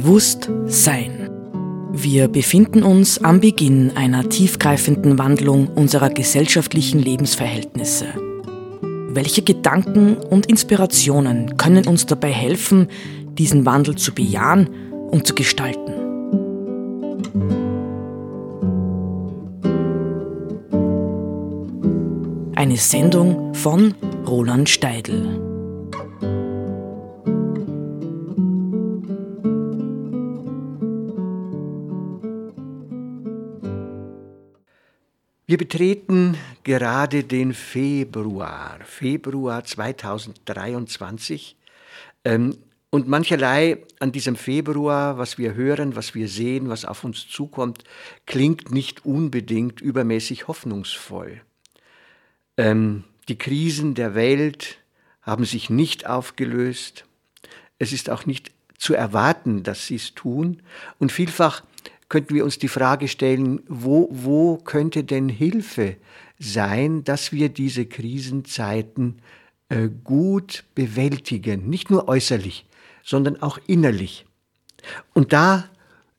Bewusstsein. Wir befinden uns am Beginn einer tiefgreifenden Wandlung unserer gesellschaftlichen Lebensverhältnisse. Welche Gedanken und Inspirationen können uns dabei helfen, diesen Wandel zu bejahen und zu gestalten? Eine Sendung von Roland Steidl. Wir betreten gerade den Februar 2023 und mancherlei an diesem Februar, was wir hören, was wir sehen, was auf uns zukommt, klingt nicht unbedingt übermäßig hoffnungsvoll. Die Krisen der Welt haben sich nicht aufgelöst. Es ist auch nicht zu erwarten, dass sie es tun. Und vielfach könnten wir uns die Frage stellen, wo könnte denn Hilfe sein, dass wir diese Krisenzeiten gut bewältigen, nicht nur äußerlich, sondern auch innerlich. Und da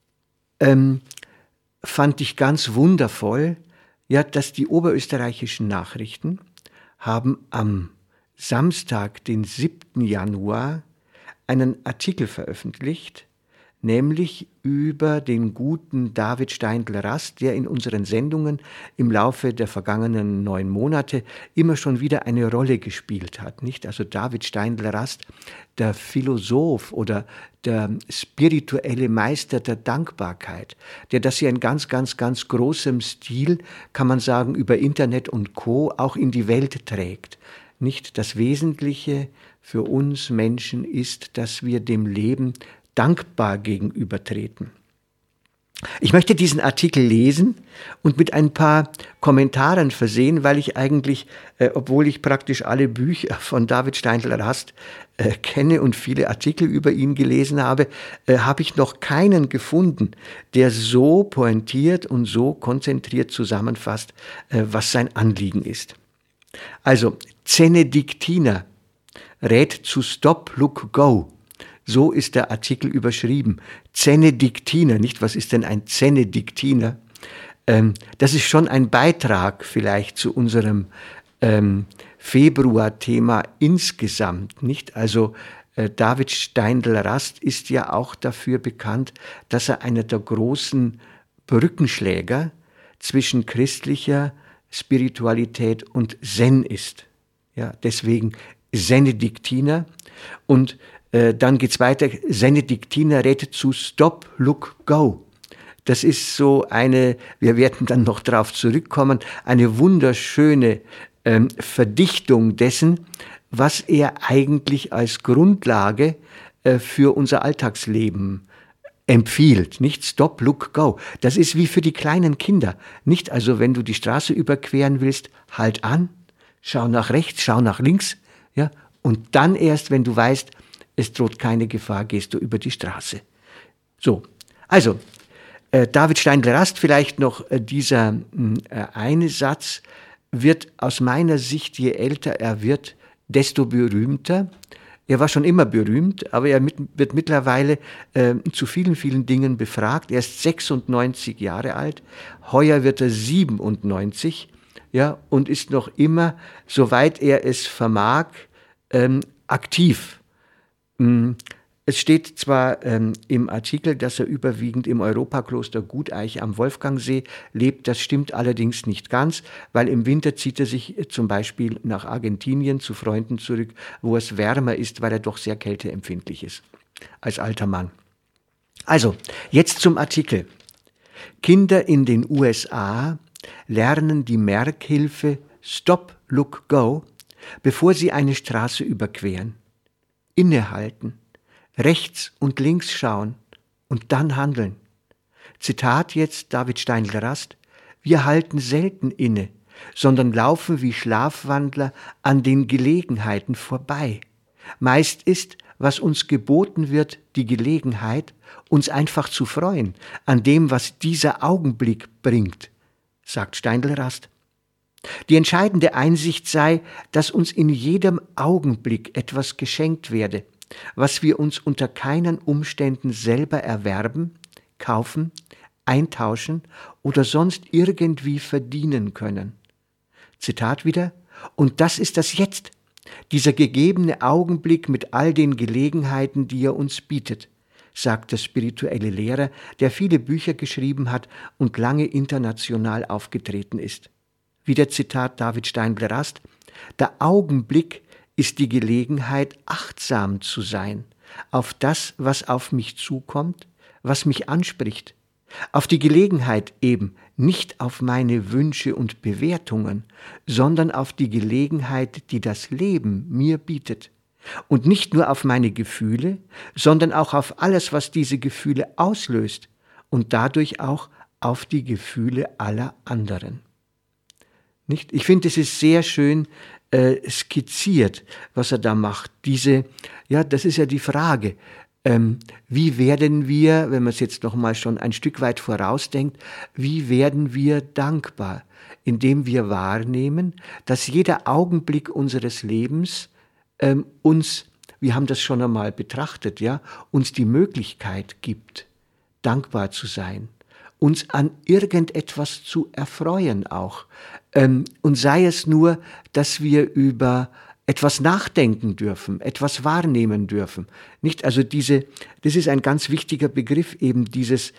fand ich ganz wundervoll, ja, dass die oberösterreichischen Nachrichten haben am Samstag, den 7. Januar, einen Artikel veröffentlicht, nämlich über den guten David Steindl-Rast, der in unseren Sendungen im Laufe der vergangenen 9 Monate immer schon wieder eine Rolle gespielt hat, nicht? Also David Steindl-Rast, der Philosoph oder der spirituelle Meister der Dankbarkeit, der das hier in ganz großem Stil, kann man sagen, über Internet und Co. auch in die Welt trägt. Nicht? Das Wesentliche für uns Menschen ist, dass wir dem Leben dankbar gegenübertreten. Ich möchte diesen Artikel lesen und mit ein paar Kommentaren versehen, weil ich eigentlich, obwohl ich praktisch alle Bücher von David Steindl-Rast kenne und viele Artikel über ihn gelesen habe, habe ich noch keinen gefunden, der so pointiert und so konzentriert zusammenfasst, was sein Anliegen ist. Also, Zenediktiner rät zu Stop, Look, Go. So ist der Artikel überschrieben. Zenediktiner, nicht? Was ist denn ein Zenediktiner? Das ist schon ein Beitrag vielleicht zu unserem Februar-Thema insgesamt, nicht? Also David Steindl-Rast ist ja auch dafür bekannt, dass er einer der großen Brückenschläger zwischen christlicher Spiritualität und Zen ist. Ja, deswegen Zenediktiner. Und dann geht's weiter, Zenediktiner rät zu Stop, Look, Go. Das ist so eine, wir werden dann noch darauf zurückkommen, eine wunderschöne Verdichtung dessen, was er eigentlich als Grundlage für unser Alltagsleben empfiehlt. Nicht Stop, Look, Go. Das ist wie für die kleinen Kinder. Nicht also, wenn du die Straße überqueren willst, halt an, schau nach rechts, schau nach links, ja, und dann erst, wenn du weißt, es droht keine Gefahr, gehst du über die Straße. So, also, David Steindl-Rast, vielleicht noch dieser eine Satz, wird aus meiner Sicht, je älter er wird, desto berühmter. Er war schon immer berühmt, aber er wird mittlerweile zu vielen Dingen befragt. Er ist 96 Jahre alt, heuer wird er 97, ja, und ist noch immer, soweit er es vermag, aktiv. Es steht zwar im Artikel, dass er überwiegend im Europakloster Guteich am Wolfgangsee lebt, das stimmt allerdings nicht ganz, weil im Winter zieht er sich zum Beispiel nach Argentinien zu Freunden zurück, wo es wärmer ist, weil er doch sehr kälteempfindlich ist, als alter Mann. Also, jetzt zum Artikel. Kinder in den USA lernen die Merkhilfe Stop, Look, Go, bevor sie eine Straße überqueren. Innehalten, rechts und links schauen und dann handeln. Zitat jetzt David Steindl-Rast: Wir halten selten inne, sondern laufen wie Schlafwandler an den Gelegenheiten vorbei. Meist ist, was uns geboten wird, die Gelegenheit, uns einfach zu freuen an dem, was dieser Augenblick bringt, sagt Steindl-Rast. Die entscheidende Einsicht sei, dass uns in jedem Augenblick etwas geschenkt werde, was wir uns unter keinen Umständen selber erwerben, kaufen, eintauschen oder sonst irgendwie verdienen können. Zitat wieder: Und das ist das Jetzt, dieser gegebene Augenblick mit all den Gelegenheiten, die er uns bietet, sagt der spirituelle Lehrer, der viele Bücher geschrieben hat und lange international aufgetreten ist. Wieder Zitat David Steindl-Rast: Der Augenblick ist die Gelegenheit, achtsam zu sein auf das, was auf mich zukommt, was mich anspricht, auf die Gelegenheit eben, nicht auf meine Wünsche und Bewertungen, sondern auf die Gelegenheit, die das Leben mir bietet. Und nicht nur auf meine Gefühle, sondern auch auf alles, was diese Gefühle auslöst und dadurch auch auf die Gefühle aller anderen. Nicht? Ich finde, es ist sehr schön skizziert, was er da macht. Das ist ja die Frage. Wie werden wir, wenn man es jetzt noch mal schon ein Stück weit vorausdenkt, wie werden wir dankbar, indem wir wahrnehmen, dass jeder Augenblick unseres Lebens uns, wir haben das schon einmal betrachtet, ja, uns die Möglichkeit gibt, dankbar zu sein, uns an irgendetwas zu erfreuen auch. Und sei es nur, dass wir über etwas nachdenken dürfen, etwas wahrnehmen dürfen. Nicht? Also das ist ein ganz wichtiger Begriff, eben dieses,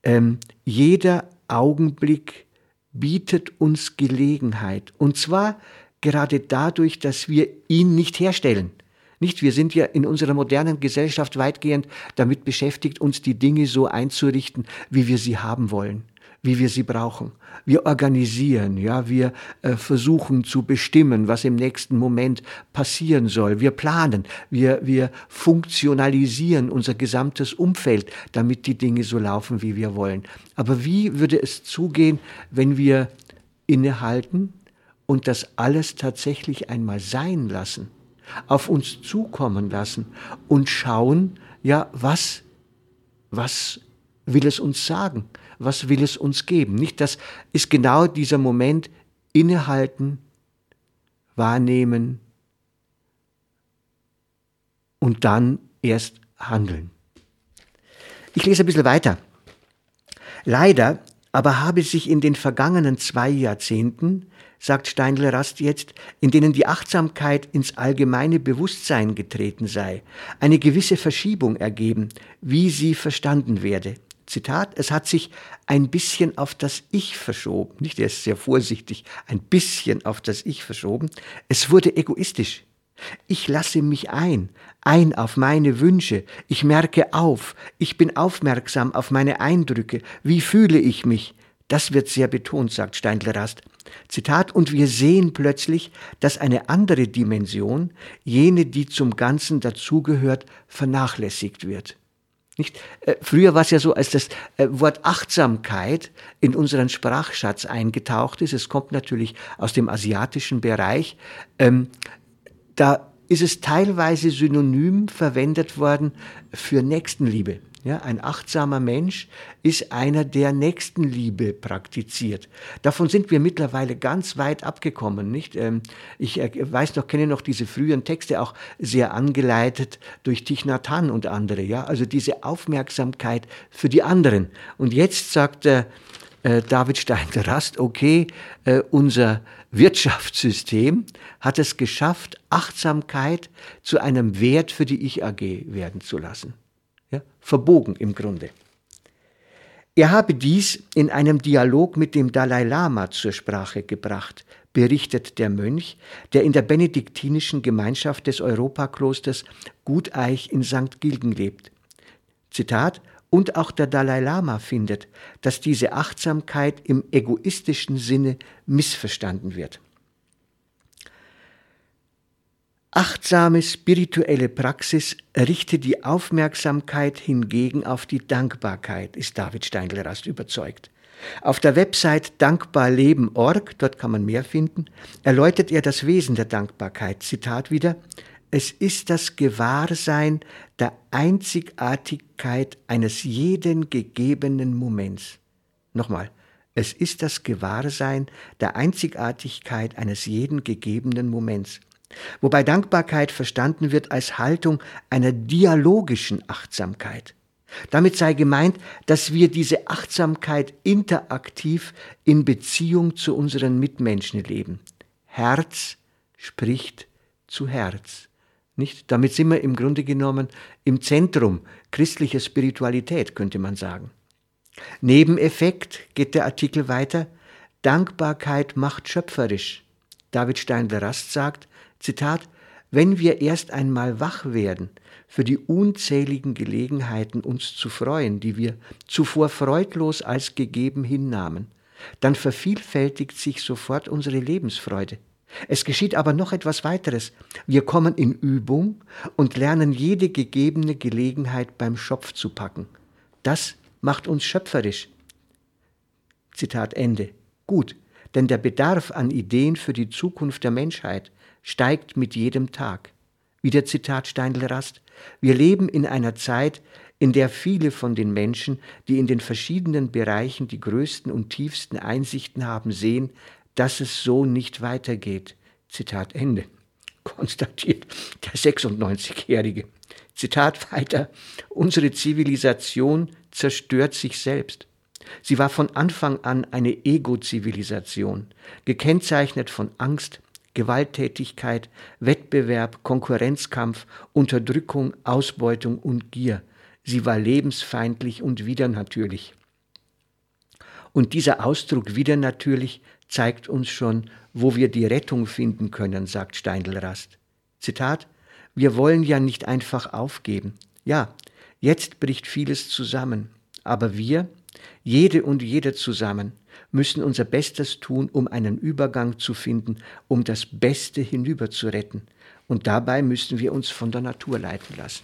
jeder Augenblick bietet uns Gelegenheit. Und zwar gerade dadurch, dass wir ihn nicht herstellen. Nicht? Wir sind ja in unserer modernen Gesellschaft weitgehend damit beschäftigt, uns die Dinge so einzurichten, wie wir sie haben wollen, wie wir sie brauchen. Wir organisieren, ja, wir versuchen zu bestimmen, was im nächsten Moment passieren soll. Wir planen, wir funktionalisieren unser gesamtes Umfeld, damit die Dinge so laufen, wie wir wollen. Aber wie würde es zugehen, wenn wir innehalten und das alles tatsächlich einmal sein lassen, auf uns zukommen lassen und schauen, ja, was will es uns sagen? Was will es uns geben? Nicht, das ist genau dieser Moment, innehalten, wahrnehmen und dann erst handeln. Ich lese ein bisschen weiter. Leider aber habe sich in den vergangenen 2 Jahrzehnten, sagt Steindl-Rast jetzt, in denen die Achtsamkeit ins allgemeine Bewusstsein getreten sei, eine gewisse Verschiebung ergeben, wie sie verstanden werde. Zitat: Es hat sich ein bisschen auf das Ich verschoben. Nicht, er ist sehr vorsichtig, ein bisschen auf das Ich verschoben. Es wurde egoistisch. Ich lasse mich ein auf meine Wünsche. Ich merke auf. Ich bin aufmerksam auf meine Eindrücke. Wie fühle ich mich? Das wird sehr betont, sagt Steindl-Rast. Zitat: Und wir sehen plötzlich, dass eine andere Dimension, jene, die zum Ganzen dazugehört, vernachlässigt wird. Nicht? Früher war es ja so, als das Wort Achtsamkeit in unseren Sprachschatz eingetaucht ist, es kommt natürlich aus dem asiatischen Bereich, da ist es teilweise synonym verwendet worden für Nächstenliebe. Ja, ein achtsamer Mensch ist einer, der Nächstenliebe praktiziert. Davon sind wir mittlerweile ganz weit abgekommen. Nicht? Ich kenne noch diese früheren Texte, auch sehr angeleitet durch Thich Nhat Hanh und andere. Ja? Also diese Aufmerksamkeit für die anderen. Und jetzt sagt David Steindl-Rast, okay, unser Wirtschaftssystem hat es geschafft, Achtsamkeit zu einem Wert für die Ich-AG werden zu lassen. Ja, verbogen im Grunde. Er habe dies in einem Dialog mit dem Dalai Lama zur Sprache gebracht, berichtet der Mönch, der in der benediktinischen Gemeinschaft des Europaklosters Guteich in St. Gilgen lebt. Zitat: Und auch der Dalai Lama findet, dass diese Achtsamkeit im egoistischen Sinne missverstanden wird. Achtsame spirituelle Praxis richte die Aufmerksamkeit hingegen auf die Dankbarkeit, ist David Steindl-Rast überzeugt. Auf der Website dankbarleben.org, dort kann man mehr finden, erläutert er das Wesen der Dankbarkeit. Zitat wieder: Es ist das Gewahrsein der Einzigartigkeit eines jeden gegebenen Moments. Nochmal, es ist das Gewahrsein der Einzigartigkeit eines jeden gegebenen Moments. Wobei Dankbarkeit verstanden wird als Haltung einer dialogischen Achtsamkeit. Damit sei gemeint, dass wir diese Achtsamkeit interaktiv in Beziehung zu unseren Mitmenschen leben. Herz spricht zu Herz. Nicht? Damit sind wir im Grunde genommen im Zentrum christlicher Spiritualität, könnte man sagen. Nebeneffekt, geht der Artikel weiter, Dankbarkeit macht schöpferisch. David Steindl-Rast sagt, Zitat, wenn wir erst einmal wach werden für die unzähligen Gelegenheiten, uns zu freuen, die wir zuvor freudlos als gegeben hinnahmen, dann vervielfältigt sich sofort unsere Lebensfreude. Es geschieht aber noch etwas weiteres. Wir kommen in Übung und lernen jede gegebene Gelegenheit beim Schopf zu packen. Das macht uns schöpferisch. Zitat Ende. Gut, denn der Bedarf an Ideen für die Zukunft der Menschheit steigt mit jedem Tag. Wieder Zitat Steindl-Rast. Wir leben in einer Zeit, in der viele von den Menschen, die in den verschiedenen Bereichen die größten und tiefsten Einsichten haben, sehen, dass es so nicht weitergeht. Zitat Ende. Konstatiert der 96-Jährige. Zitat weiter. Unsere Zivilisation zerstört sich selbst. Sie war von Anfang an eine Ego-Zivilisation, gekennzeichnet von Angst, Gewalttätigkeit, Wettbewerb, Konkurrenzkampf, Unterdrückung, Ausbeutung und Gier. Sie war lebensfeindlich und widernatürlich. Und dieser Ausdruck widernatürlich zeigt uns schon, wo wir die Rettung finden können, sagt Steindl-Rast. Zitat, wir wollen ja nicht einfach aufgeben. Ja, jetzt bricht vieles zusammen, aber wir, jede und jeder zusammen, müssen unser Bestes tun, um einen Übergang zu finden, um das Beste hinüber zu retten. Und dabei müssen wir uns von der Natur leiten lassen.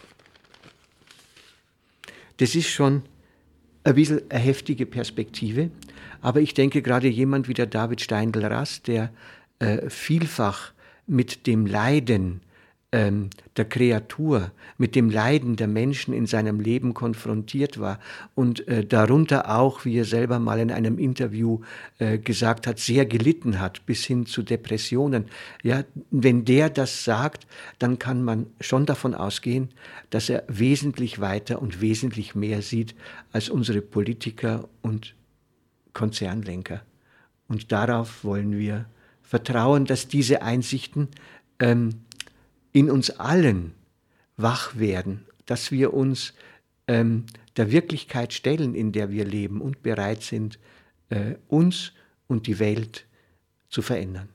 Das ist schon ein bisschen eine heftige Perspektive, aber ich denke gerade jemand wie der David Steindl-Rast, der vielfach mit dem Leiden der Kreatur, mit dem Leiden der Menschen in seinem Leben konfrontiert war und darunter auch, wie er selber mal in einem Interview gesagt hat, sehr gelitten hat, bis hin zu Depressionen. Ja, wenn der das sagt, dann kann man schon davon ausgehen, dass er wesentlich weiter und wesentlich mehr sieht als unsere Politiker und Konzernlenker. Und darauf wollen wir vertrauen, dass diese Einsichten in uns allen wach werden, dass wir uns der Wirklichkeit stellen, in der wir leben und bereit sind, uns und die Welt zu verändern.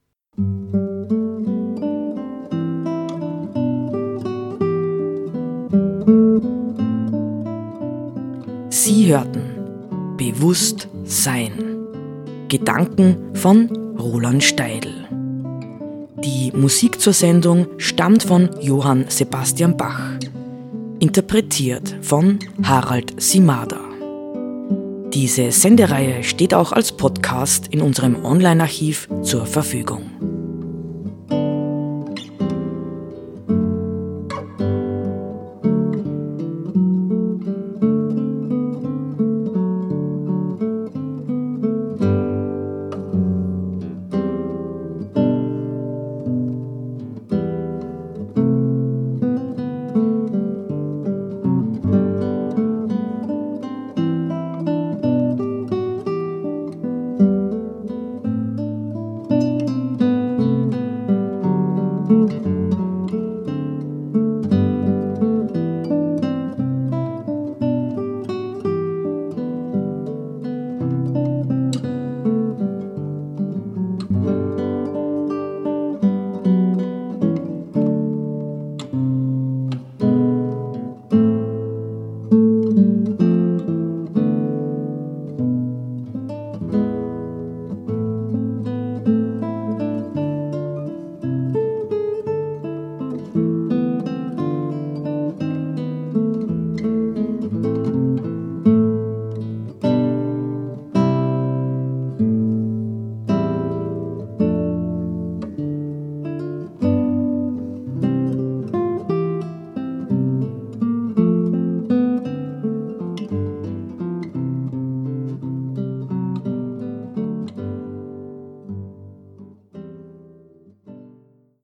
Sie hörten Bewusst Sein. Gedanken von Roland Steidl. Die Musik zur Sendung stammt von Johann Sebastian Bach, interpretiert von Harald Simada. Diese Sendereihe steht auch als Podcast in unserem Online-Archiv zur Verfügung.